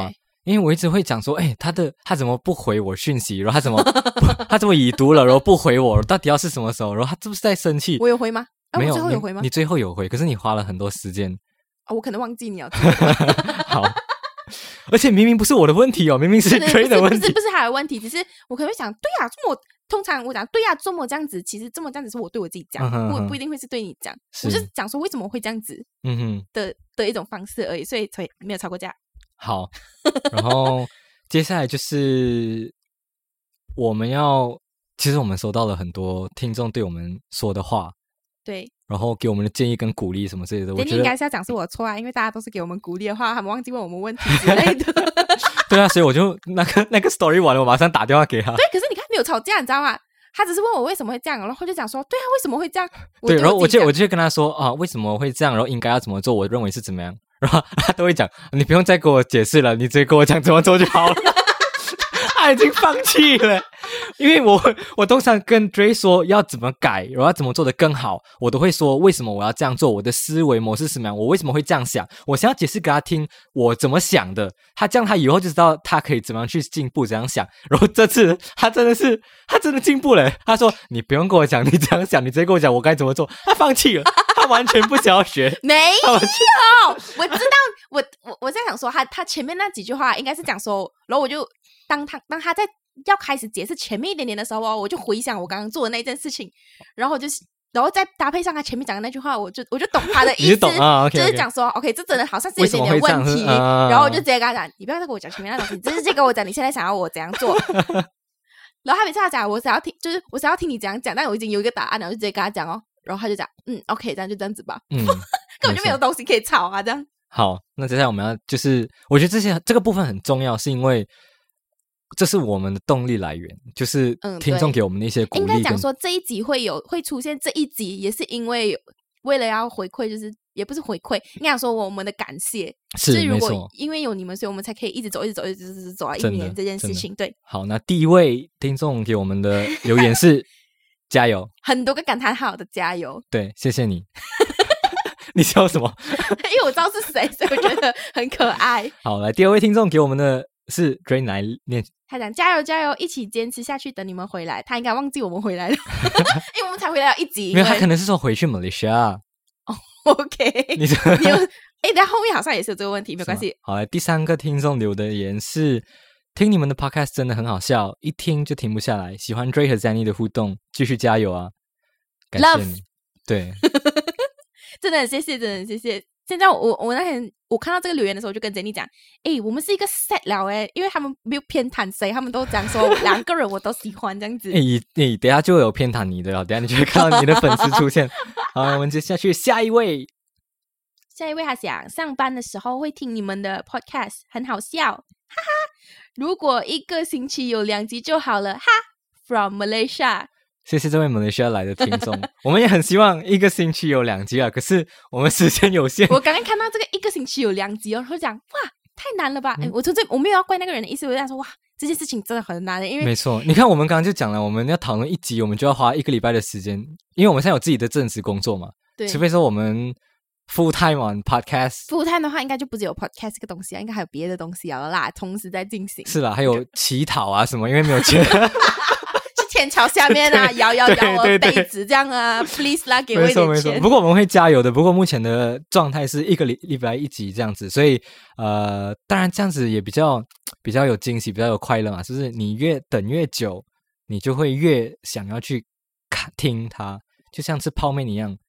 因为我一直会讲说，哎，他的他怎么不回我讯息？然后他怎么他怎么已读了，然后不回我？到底要是什么时候？然后他是不是在生气？ 我有回吗？啊、 没有， 我最后有回吗？ 你？你最后有回，可是你花了很多时间。 哦，我可能忘记你了。 好，而且明明不是我的问题哦，明明是 Dray 的问题， 不是不是他的问题，只是我可能会想，对呀、啊，这么通常我讲对呀、啊，这么这样子，其实这么这样子是我对我自己讲，嗯、哼哼不不一定会是对你讲，我就是讲说为什么会这样子，嗯哼的的一种方式而已，所以所以没有吵过架。 好，然后接下来就是我们要，其实我们收到了很多听众对我们说的话， 对。 然后给我们的建议跟鼓励什么之类的，我觉得应该是要讲是我的错啊，因为大家都是给我们鼓励的话，他们忘记问我们问题之类的。 对啊，所以我就那个那个 story 完了，我马上打电话给他。 对，可是你看没有吵架，你知道吗？他只是问我为什么会这样，然后就讲说，对啊，为什么会这样？ 对，然后我就我就跟他说啊，为什么会这样，然后应该要怎么做，我认为是怎么样，然后他都会讲，你不用再给我解释了，你直接跟我讲怎么做就好了。他已经放弃了，因为我我通常跟 Dray 说要怎么改，然后要怎么做得更好，我都会说为什么我要这样做，我的思维模式是什么样，我为什么会这样想，我想要解释给他听我怎么想的，他这样他以后就知道他可以怎么样去进步，怎样想。然后这次他真的是他真的进步了，他说你不用跟我讲你这样想，你直接跟我讲我该怎么做，他放弃了，他完全不想要学。 没有，我知道，我我我在想说他他前面那几句话应该是讲说，然后我就当他当他在要开始解释前面一点点的时候哦，我就回想我刚刚做的那件事情，然后就是然后再搭配上他前面讲的那句话，我就我就懂他的意思， 啊 okay, okay. 就是讲说 OK 这真的好像是有点点问题， 啊、 然后我就直接跟他讲，你不要再跟我讲前面那东西，你直接跟我讲你现在想要我怎样做。然后他每次他讲我想要听，就是我想要听你怎样讲，但我已经有一个答案了，我就直接跟他讲哦，然后他就讲嗯 OK 这样就这样子吧，嗯，根本就没有东西可以吵啊这样。 好，那接下来我们要就是我觉得这些这个部分很重要，是因为这是我们的动力来源，就是听众给我们的一些鼓励、嗯。 应该讲说这一集会有会出现这一集，也是因为为了要回馈，就是也不是回馈，应该讲说我们的感谢是如果因为有你们，所以我们才可以一直走，一直走，一直走，一直走到一年这件事情。对， 好，那第一位听众给我们的留言是加油， 很多个感叹号的加油， 对，谢谢你。你笑什么？ 因为我知道是谁，所以我觉得很可爱。 好，来第二位听众给我们的是 Dray 来念。 他讲加油加油，一起坚持下去，等你们回来。他应该忘记我们回来了，因为我们才回来了一集。 没有，他可能是说回去 Malaysia。 哦 ，OK， 你你有哎，但后面好像也是有这个问题，没关系。 好，来第三个听众留的言是：听你们的 podcast 真的很好笑，一听就停不下来。喜欢 Dray 和 Zenny 的互动，继续加油啊！感谢你。Love 对。 真的很谢谢，真的很谢谢。现在我我那天我看到这个留言的时候，我就跟 Zenny 讲，哎，我们是一个 set 了哎，因为他们没有偏袒谁，他们都讲说两个人我都喜欢这样子。 哎，你等一下就有偏袒你的了，等一下你就会看到你的粉丝出现。好，我们接下去下一位。 下一位他讲上班的时候会听你们的 podcast， 很好笑，哈哈。如果一个星期有两集就好了，哈。From Malaysia。 谢谢这位马来西亚来的听众，我们也很希望一个星期有两集啊，可是我们时间有限。 我刚刚看到这个一个星期有两集哦，然后讲哇太难了吧！嗯、我从这我没有要怪那个人的意思，我就想说哇这件事情真的很难的，因为没错，你看我们刚刚就讲了，我们要讨论一集，我们就要花一个礼拜的时间，因为我们现在有自己的正职工作嘛，对，除非说我们 full time on podcast，full time 的话应该就不只有 podcast 这个东西啊，应该还有别的东西啊啦，同时在进行。 是啦，还有乞讨啊什么，因为没有钱。 天桥下面啊，摇摇摇我被子这样啊 ，please 啦，给我一点钱。没错没错， 不过我们会加油的。不过目前的状态是一个礼礼拜一集这样子，所以呃，当然这样子也比较比较有惊喜，比较有快乐嘛。就是你越等越久，你就会越想要去看听它，就像吃泡面一样。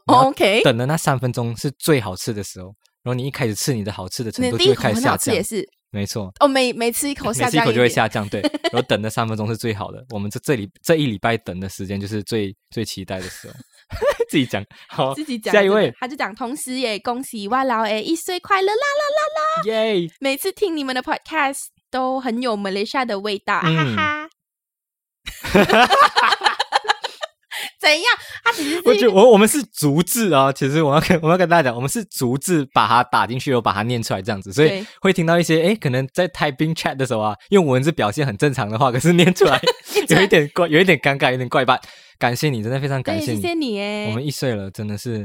OK， 等的那三分钟是最好吃的时候，然后你一开始吃你的好吃的程度就会开始下降。 也是。 没错， 哦，每每吃一口下降一点， 每吃一口就会下降，对。然后等的三分钟是最好的，我们这这里这一礼拜等的时间就是最最期待的时候。自己讲，好， 自己讲。 下一位， 他就讲，同时也恭喜哇老诶一岁快乐啦啦啦啦！ 耶！ 每次听你们的 podcast 都很有马来西亚的味道，嗯、哈哈。怎样？他其实是我觉得我我们是逐字啊，其实我要跟我要跟大家讲，我们是逐字把它打进去，然后把它念出来这样子，所以会听到一些诶可能在 typing chat 的时候啊，用文字表现很正常的话，可是念出来有一点怪，有一点尴尬，有点怪吧。感谢你，真的非常感谢你， 谢谢你诶。 我们一岁了，真的是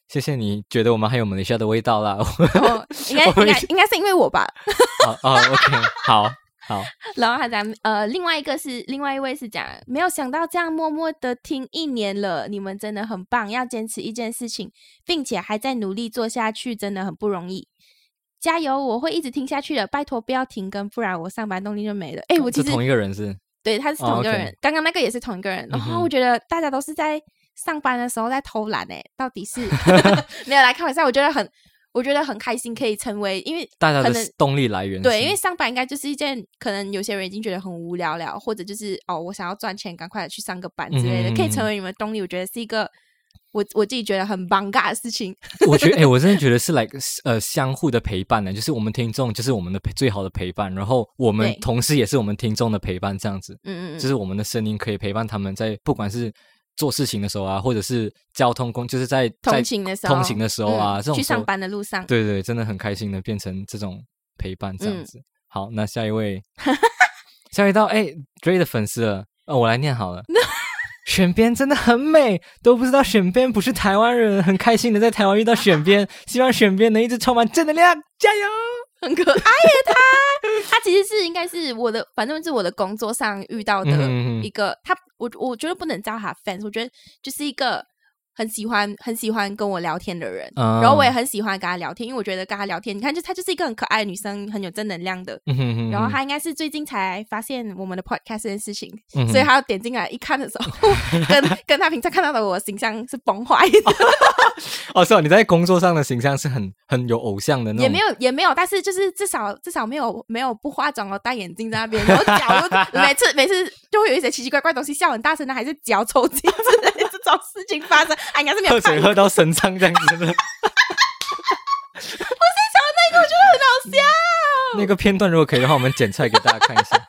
谢谢你觉得我们还有马来西亚的味道啦。 哦、应该应该应该是因为我吧。 哦哦 OK 好好， 然后他讲呃，另外一个是另外一位是讲，没有想到这样默默的听一年了，你们真的很棒，要坚持一件事情，并且还在努力做下去，真的很不容易，加油！我会一直听下去的，拜托不要停更，不然我上班动力就没了。哎，我其实是同一个人是？ 对，他是同一个人，哦 okay、刚刚那个也是同一个人。然后我觉得大家都是在上班的时候在偷懒，哎，到底是没有来开玩笑，我觉得很。我觉得很开心，可以成为，因为大家的动力来源。 对，因为上班应该就是一件，可能有些人已经觉得很无聊了，或者就是哦，我想要赚钱，赶快去上个班之类的，嗯、可以成为你们的动力。我觉得是一个我我自己觉得很棒尬的事情。 我觉得，哎、欸，我真的觉得是 like 呃相互的陪伴呢，就是我们听众就是我们的最好的陪伴，然后我们同时也是我们听众的陪伴，这样子。嗯嗯，就是我们的声音可以陪伴他们在不管是做事情的时候啊，或者是交通工，就是在通勤的时候， 通勤的时候啊，嗯、这种去上班的路上， 对对，真的很开心的变成这种陪伴这样子。嗯、好，那下一位，下一道，哎 ，Dray 的粉丝了，哦，我来念好了。选边真的很美，都不知道选边不是台湾人，很开心的在台湾遇到选边，希望选边能一直充满正能量，加油！ 很可爱耶，他他其实是应该是我的，反正是我的工作上遇到的一个，嗯、他我我觉得不能叫他 fans， 我觉得就是一个很喜欢很喜欢跟我聊天的人，嗯、然后我也很喜欢跟他聊天，因为我觉得跟他聊天，你看就他就是一个很可爱的女生，很有正能量的。嗯、哼哼然后他应该是最近才发现我们的 podcast 这件事情，嗯、所以他要点进来一看的时候，跟跟他平常看到的我的形象是崩坏的。 哦，是哦，你在工作上的形象是很很有偶像的那种， 也没有也没有，但是就是至少至少没有没有不化妆哦，戴眼镜在那边，然后脚每次每次就会有一些奇奇怪怪的东西，笑很大声的，还是脚抽筋之类的这种事情发生，啊，应该是没有喝水喝到身上这样子的。我在想那个，我觉得很好笑。 那个片段如果可以的话，我们剪出来给大家看一下。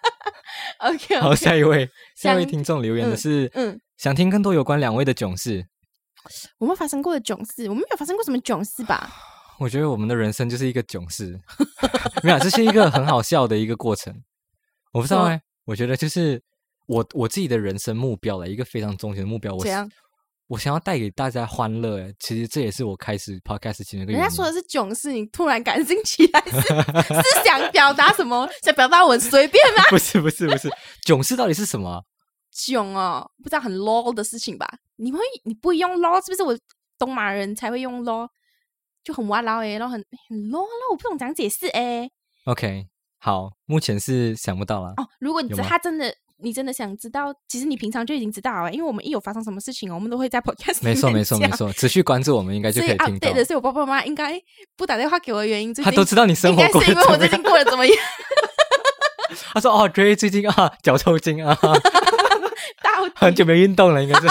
OK， 好，下一位，下一位听众留言的是，嗯，嗯想听更多有关两位的囧事。 我们发生过的囧事，我们没有发生过什么囧事吧？ 我觉得我们的人生就是一个囧事，没有，这是一个很好笑的一个过程。我不知道哎、欸，我觉得就是我我自己的人生目标了，一个非常终极的目标。我我想要带给大家欢乐，哎，其实这也是我开始 podcast 前的一个原因。 人家说的是囧事，你突然感兴起来是是想表达什么？想表达我很随便吗？ 不是不是不是，囧事到底是什么？ 囧哦，不知道很 low 的事情吧？你会你不会用 low 是不是？我东马人才会用 low， 就很哇啦哎，然后很很 low 了，我不懂怎样解释哎。 OK， 好，目前是想不到了。 哦，如果你他真的你真的想知道，其实你平常就已经知道了，因为我们一有发生什么事情，我们都会在 podcast 里面讲。 没错没错没错，持续关注我们应该就可以听到。 对的，所以我爸爸妈妈应该不打电话给我的原因， 他都知道你生活过得怎么样，应该是因为我最近过得怎么样。 他说：“哦 ，Dray 最近啊，脚抽筋啊。”很久没运动了，应该是。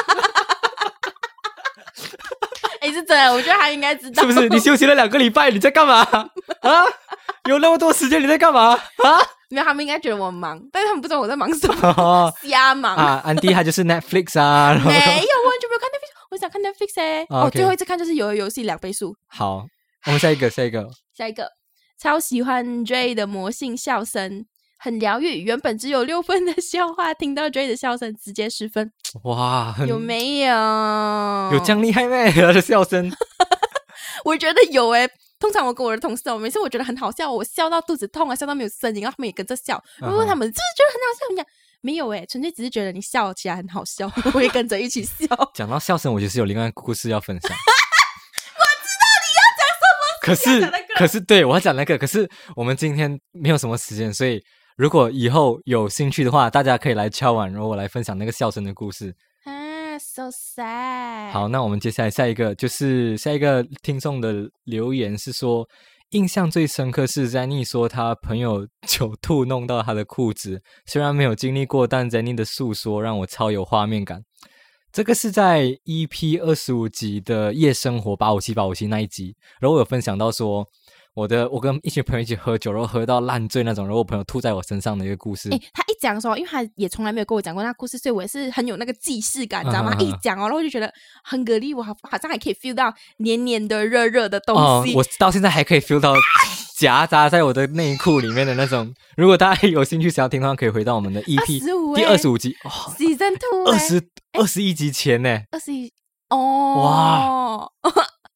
哎、欸，是真的，我觉得他应该知道， 是不是？你休息了两个礼拜，你在干嘛啊？有那么多时间，你在干嘛啊？ 没有，他们应该觉得我忙，但是他们不知道我在忙什么，瞎忙啊！安迪他就是 Netflix 啊， 没有，我完全没有看 Netflix， 我想看 Netflix 哎、欸，哦， okay. 最后一次看就是有游戏两倍速。 好，我们下一个，下一个， 下一个，超喜欢 Dray 的魔性笑声。很疗愈，原本只有六分的笑话，听到 Dray 的笑声直接十分。 哇， 有没有？ 有这样厉害咩？他的笑声， 我觉得有诶、欸。通常我跟我的同事，我每次我觉得很好笑，我笑到肚子痛啊，笑到没有声音，然后他们也跟着笑。如果他们就是觉得很好笑，你讲没有诶、欸，纯粹只是觉得你笑起来很好笑，我也跟着一起笑。 讲到笑声，我就是有另外一个故事要分享。 我知道你要讲什么， 可是可是对我要讲那个，可是我们今天没有什么时间，所以。如果以后有兴趣的话，大家可以来敲碗，然后我来分享那个笑声的故事。 啊 ，so sad。 好，那我们接下来下一个就是下一个听众的留言是说，印象最深刻是 Zenny 说他朋友酒吐弄到他的裤子，虽然没有经历过，但 Zenny 的诉说让我超有画面感。这个是在 E P 二十五集的夜生活八五七八五七那一集，然后我有分享到说。我的我跟一群朋友一起喝酒，然后喝到烂醉那种，然后我朋友吐在我身上的一个故事。 哎、欸，他一讲的时候，因为他也从来没有跟我讲过那故事，所以我也是很有那个既视感，你知道吗？啊、一讲哦，然后我就觉得很给力，我好好像还可以 feel 到黏黏的、热热的东西。 哦、我到现在还可以 feel 到夹杂在我的内裤里面的那种。如果大家有兴趣想要听的话，可以回到我们的 E P 第二十五集哦 ，Season Two 二十二十一集前呢， 二十一哦，哇。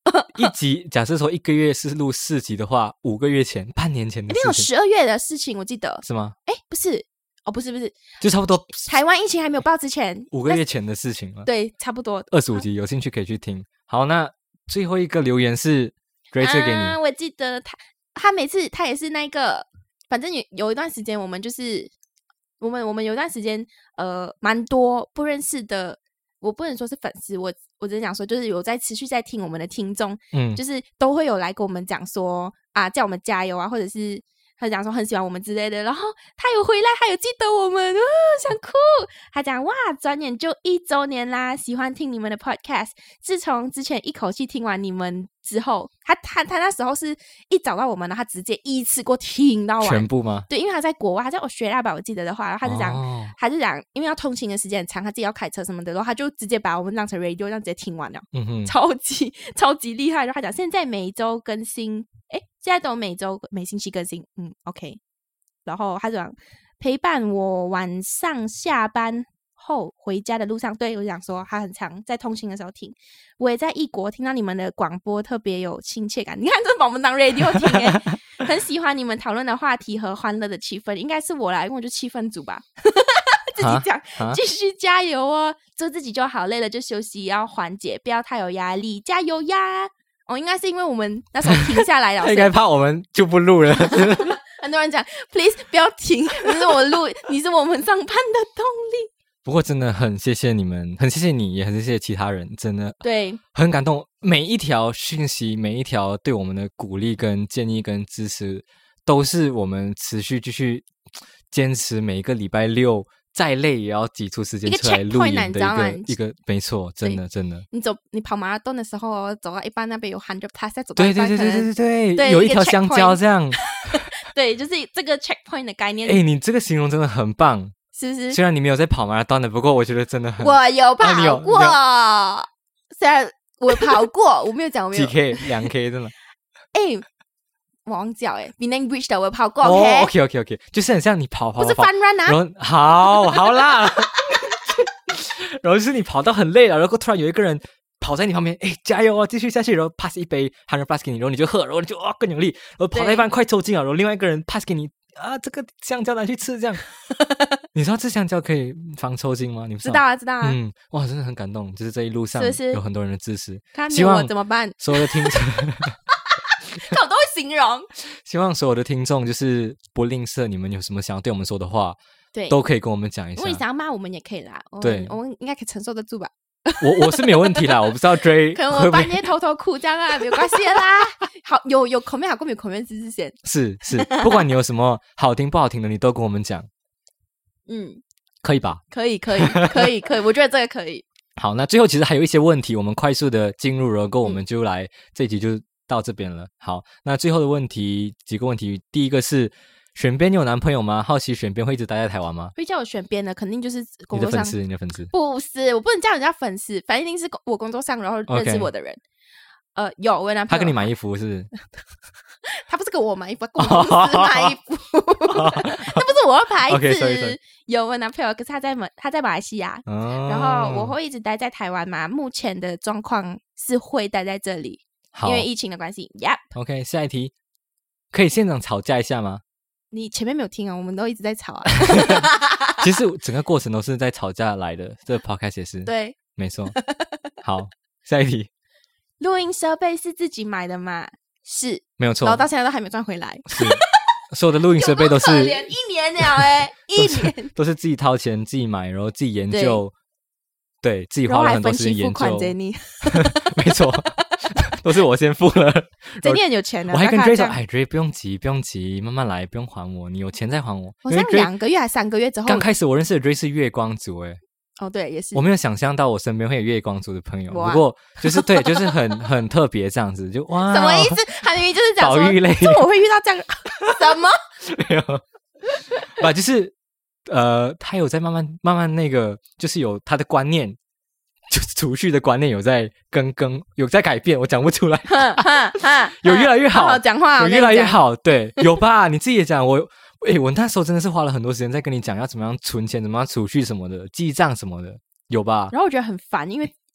一集假设说一个月是录四集的话，五个月前半年前的事情， 一定有十二月的事情我记得是吗？ 哎，不是哦，不是不是， 就差不多台湾疫情还没有爆之前五个月前的事情了。 对，差不多二十五集，有兴趣可以去听。好，那最后一个留言是 Grace 给你、 啊、我记得他他每次他也是那个，反正有有一段时间我们就是我们我们有一段时间呃蛮多不认识的，我不能说是粉丝，我我只是讲说就是有在持续在听我们的听众，嗯，就是都会有来跟我们讲说啊叫我们加油啊，或者是他讲说很喜欢我们之类的，然后他有回来，他有记得我们，哦、想哭。他讲哇，转眼就一周年啦，喜欢听你们的 podcast。自从之前一口气听完你们之后，他他他那时候是一找到我们，然后他直接一次过听到完全部吗？ 对，因为他在国外，他在我学亚吧，我记得的话，然后他就讲，哦、他就讲，因为要通勤的时间很长，他自己要开车什么的，然后他就直接把我们当成 radio， 这样直接听完了，嗯哼，超级超级厉害。然后他讲现在每周更新，诶，现在都每周每星期更新，嗯 ，OK。然后他讲陪伴我晚上下班后回家的路上，对，我想说他很常在通勤的时候听。我也在异国听到你们的广播，特别有亲切感。你看，真的把我们当 radio 听耶，很喜欢你们讨论的话题和欢乐的气氛。应该是我啦，因为我就气氛组吧。自己讲，继续加油哦！做自己就好，累了就休息，要缓解，不要太有压力，加油呀！哦，应该是因为我们那时候停下来了， 他应该怕我们就不录了。 很多人讲 ，please 不要停，这是我录，你是我们上班的动力。 不过真的很谢谢你们，很谢谢你，也很谢谢其他人，真的对， 很感动。每一条讯息，每一条对我们的鼓励、跟建议、跟支持，都是我们持续继续坚持每一个礼拜六。再累也要挤出时间出来录音的一个一个，没错，真的真的。 你走，你跑马拉松的时候，走到一半那边有 hundred plus， 再走到一半，对对对对对对，有一条香蕉这样。 对，就是这个 checkpoint 的概念。 哎，你这个形容真的很棒， 是不是？ 虽然你没有在跑马拉松的，不过我觉得真的很。 我有跑过，啊、虽然我跑过，我没有讲我没有。 几 K， 两 K 真的。 哎。我忘记了哎 ，Penang Bridge 的我有跑过。 哦 ，OK OK OK， 就是很像你跑跑， 不是 fun run 啊。 然后好好啦，然后就是你跑到很累了，然后突然有一个人跑在你旁边，哎，加油啊，继续下去，然后 pass 一杯 hundred plus 给你，然后你就喝，然后你就哇更有力，然后跑到一半快抽筋了，然后另外一个人 pass 给你啊，这个香蕉拿去吃，这样。你知道这香蕉可以防抽筋吗？你不知道啊，知道啊。 嗯，哇，真的很感动，就是这一路上有很多人的支持。 看你我怎么办？ 所有的听众。 我都会形容， 希望所有的听众就是不吝啬，你们有什么想要对我们说的话， 对， 都可以跟我们讲一下。 如果你想要骂我们也可以啦， 对， 我们应该可以承受得住吧。 我我是没有问题啦，我不知道追， 可能我半夜偷偷哭这样啊，没有关系啦。好，有有口面好过没有口面之之先。 是是，不管你有什么好听不好听的，你都跟我们讲。嗯，可以吧？ 可以可以可以可以，我觉得这个可以。 好，那最后其实还有一些问题，我们快速的进入，然后我们就来、嗯、这一集就。到这边了，好，那最后的问题几个问题，第一个是选编有男朋友吗？好奇选编会一直待在台湾吗？ 会叫我选编的，肯定就是工作上。 你的粉丝，你的粉丝不是，我不能叫人家粉丝，反正一定是我工作上然后认识我的人。Okay. 呃，有我男朋友， 他跟你买衣服是不是？ 他不是跟我买衣服，他跟我公司买衣服，那不是我的牌子。 okay, sorry, sorry. 有我男朋友，可是他在马他在马来西亚，哦、然后我会一直待在台湾嘛。目前的状况是会待在这里。因为疫情的关系 ，Yep。OK， 下一题，可以现场吵架一下吗？ 你前面没有听啊，我们都一直在吵啊。 其实整个过程都是在吵架来的，这个 podcast 也是。 对， 没错。好，下一题， 录音设备是自己买的吗？是， 没有错。 然后到现在都还没赚回来。 是，所有的录音设备都是有有一年了哎、欸，一年都是自己掏钱自己买，然后自己研究，对, 对自己花了很多时间研究。没错。都是我先付了， 这你很有钱的。 我还跟 Dray 说：“哎 ，Dray 不用急，不用急，慢慢来，不用还我，你有钱再还我。” 好像两个月还三个月之后， 刚开始我认识的 Dray 是月光族，哎， 哦对，也是。 我没有想象到我身边会有月光族的朋友，不过就是对，就是很很特别这样子，就哇， 什么意思？他明明就是讲说， 保育类， 就我会遇到这样什么？ 没有，吧，就是呃，他有在慢慢慢慢那个，就是有他的观念。就是储蓄的观念有在更更有在改变，我讲不出来，有越来越好， 好好讲话， 有越来越好，对，有吧？你自己也讲，我，哎，我那时候真的是花了很多时间在跟你讲要怎么样存钱，怎么样储蓄什么的，记账什么的，有吧？ 然后我觉得很烦，因为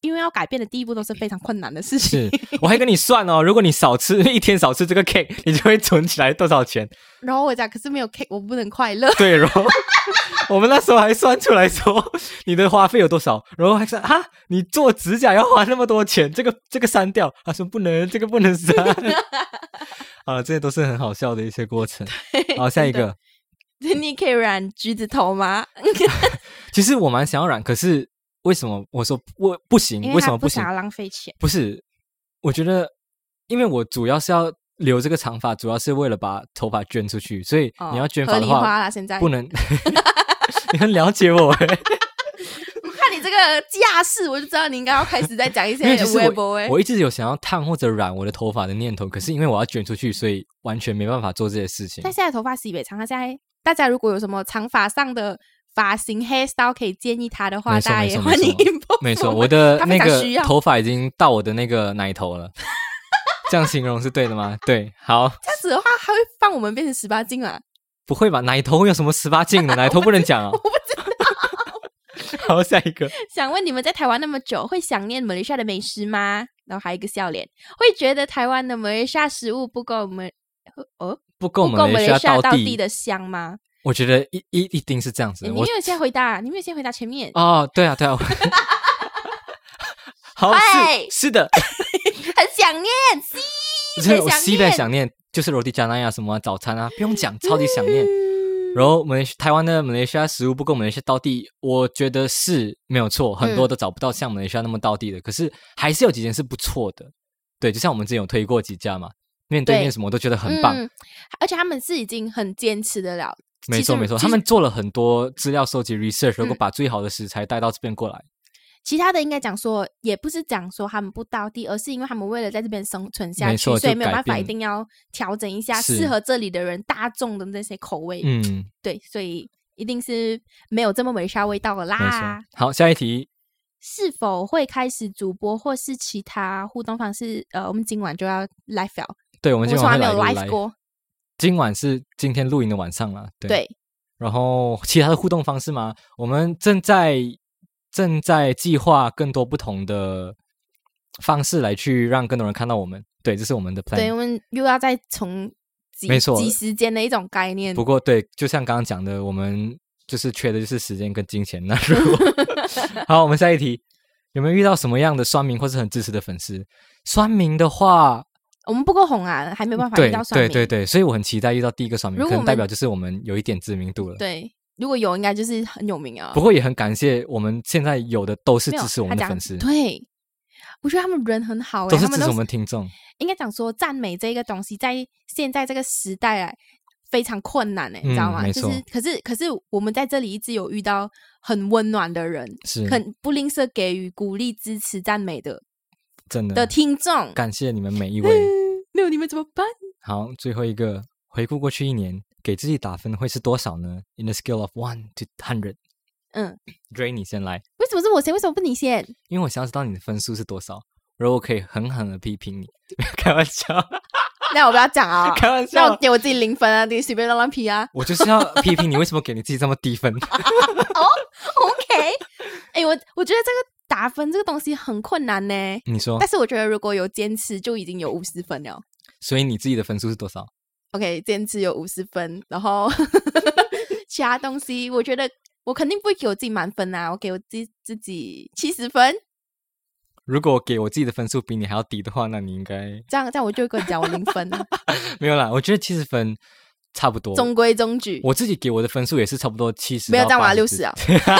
因为要改变的第一步都是非常困难的事情。 是，我还跟你算哦，如果你少吃一天少吃这个 cake， 你就会存起来多少钱。 然后我讲，可是没有 cake， 我不能快乐。 对，然后我们那时候还算出来说你的花费有多少，然后还说哈，你做指甲要花那么多钱，这个这个删掉。他说不能，这个不能删。啊，这些都是很好笑的一些过程。好，下一个。 你可以染橘子头吗？ 其实我蛮想要染，可是为什么我说我不行？ 因为什么不行？ 不想要浪费钱。 不是，我觉得，因为我主要是要留这个长发，主要是为了把头发捐出去，所以你要捐发的话， 合理化啦，现在不能。你很了解我哎。 看你这个架势，我就知道你应该要开始在讲一些微博哎。 我一直有想要烫或者染我的头发的念头，可是因为我要捐出去，所以完全没办法做这些事情。 但现在头发是北长，他现在大家如果有什么长发上的发型 hairstyle 可以建议他的话，大家也欢迎 inbox。 没错，我的那个头发已经到我的那个奶头了。这样形容是对的吗？对，好。 这样子的话，还会放我们变成十八禁吗？ 不会吧？奶头有什么十八禁的？奶头不能讲啊。 我不知道。 好，下一个。 想问你们在台湾那么久，会想念马来西亚的美食吗？然后还有一个笑脸，会觉得台湾的马来西亚食物不够我们哦不够马来西亚道地的香吗？ 我觉得一一一定是这样子的。 你没有先回答，你没有先回答前面哦，对啊，对啊。好，是是的， 很想念， 西，我西北想念，就是罗蒂加那亚什么早餐啊，不用讲，超级想念。然后马来台湾的马来西亚食物不够马来西亚道地，我觉得是没有错，很多都找不到像马来西亚那么道地的，可是还是有几间是不错的。对，就像我们之前有推过几家嘛，面对面什么我都觉得很棒、 嗯、而且他们是已经很坚持的了。 没错没错，他们做了很多资料收集 research， 如果把最好的食材带到这边过来、嗯、 其他的应该讲说也不是讲说他们不道地，而是因为他们为了在这边生存下去，所以没有办法一定要调整一下适合这里的人大众的这些口味。嗯，对，所以一定是没有这么美沙味道了啦。 好，下一题， 是否会开始主播或是其他互动方式？呃，我们今晚就要 live 了。 对，我们今晚会来 live 过。 今晚是今天录影的晚上了。 对, 对， 然后其他的互动方式吗？我们正在正在计划更多不同的方式来去让更多人看到我们。对，这是我们的 plan。 对，我们又要再从没错挤时间的一种概念。 不过对，就像刚刚讲的，我们就是缺的就是时间跟金钱。那如果好，我们下一题，有没有遇到什么样的酸民或是很支持的粉丝？酸民的话， 我们不够红啊，还没有办法遇到酸民。 对对对，所以我很期待遇到第一个酸民，可能代表就是我们有一点知名度了。 对，如果有应该就是很有名啊。 不过也很感谢我们现在有的都是支持我们的粉丝。 对，我觉得他们人很好、欸、 都是支持我们听众。 应该讲说赞美这个东西在现在这个时代啊非常困难、欸嗯、你知道吗？就是可是可是我们在这里一直有遇到很温暖的人， 是很不吝啬给予鼓励支持赞美的真的的听众， 感谢你们每一位、嗯、 没有你们怎么办？ 好，最后一个，回顾过去一年给自己打分会是多少呢？ In a scale of one to hundred。 嗯 Dray 你先来。 为什么是我先？为什么不你先？ 因为我想要知道你的分数是多少，然后我可以狠狠的批评你。开玩笑。 那我不要讲啊、哦！ 开玩笑。 那我给我自己零分啊，你随便乱乱批啊！ 我就是要批评你为什么给你自己这么低分。 哦 OK。 哎、欸，我我觉得这个打分这个东西很困难呢。 你说。 但是我觉得如果有坚持就已经有五十分了。 所以你自己的分数是多少？ OK， 坚持有五十分，然后其他东西我觉得我肯定不会给我自己满分啊，我给我自己自己七十分。 如果给我自己的分数比你还要低的话，那你应该这样这样我就会跟你讲我零分。 没有啦，我觉得七十分差不多， 中规中矩。 我自己给我的分数也是差不多七十， 没有这样吗？六十啊。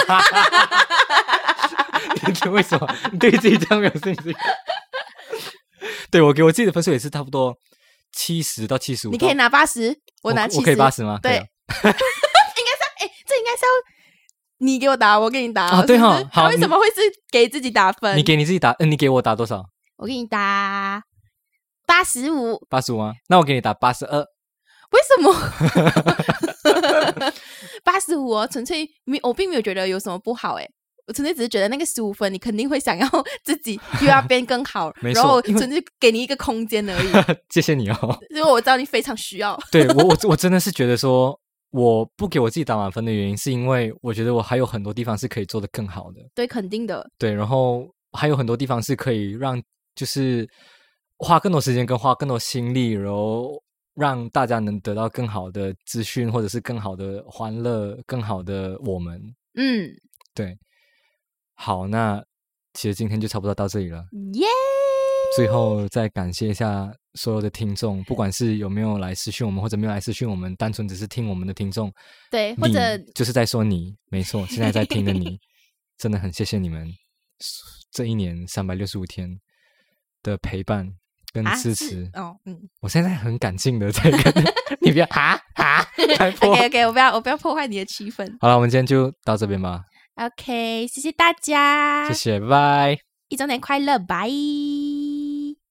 你为什么你对自己这样没有信心？对，我给我自己的分数也是差不多七十到七十五。 你可以拿八十，我拿七十。 我可以八十吗？ 对。 啊、 应该是哎、欸，这应该是要你给我打，我给你打。 啊，对哈、哦。好， 为什么会是给自己打分？ 你给你自己打，嗯，你给我打多少？ 我给你打八十五。 八十五吗？那我给你打八十二。 为什么？八十五哦，纯粹我并没有觉得有什么不好哎。我纯粹只是觉得那个十五分你肯定会想要自己又要变更好。然后纯粹给你一个空间而已。 谢谢你哦， 因为我知道你非常需要。 对，我我我真的是觉得说我不给我自己打满分的原因是因为我觉得我还有很多地方是可以做得更好的。 对，肯定的。 对，然后还有很多地方是可以让就是花更多时间跟花更多心力，然后让大家能得到更好的资讯，或者是更好的欢乐，更好的我们。 嗯， 对。好，那其实今天就差不多到这里了。 耶、yeah! 最后再感谢一下所有的听众，不管是有没有来私讯我们，或者没有来私讯我们，单纯只是听我们的听众， 对，或者就是在说你，没错，现在在听的你，真的很谢谢你们这一年三百六十五天的陪伴跟支持。 啊、哦，嗯， 我现在很感性的在跟你不要哈哈 ，OK OK， 我不要我不要破坏你的气氛。 好了，我们今天就到这边吧。 OK， 谢谢大家， 谢谢，拜拜， 一周年快乐，拜。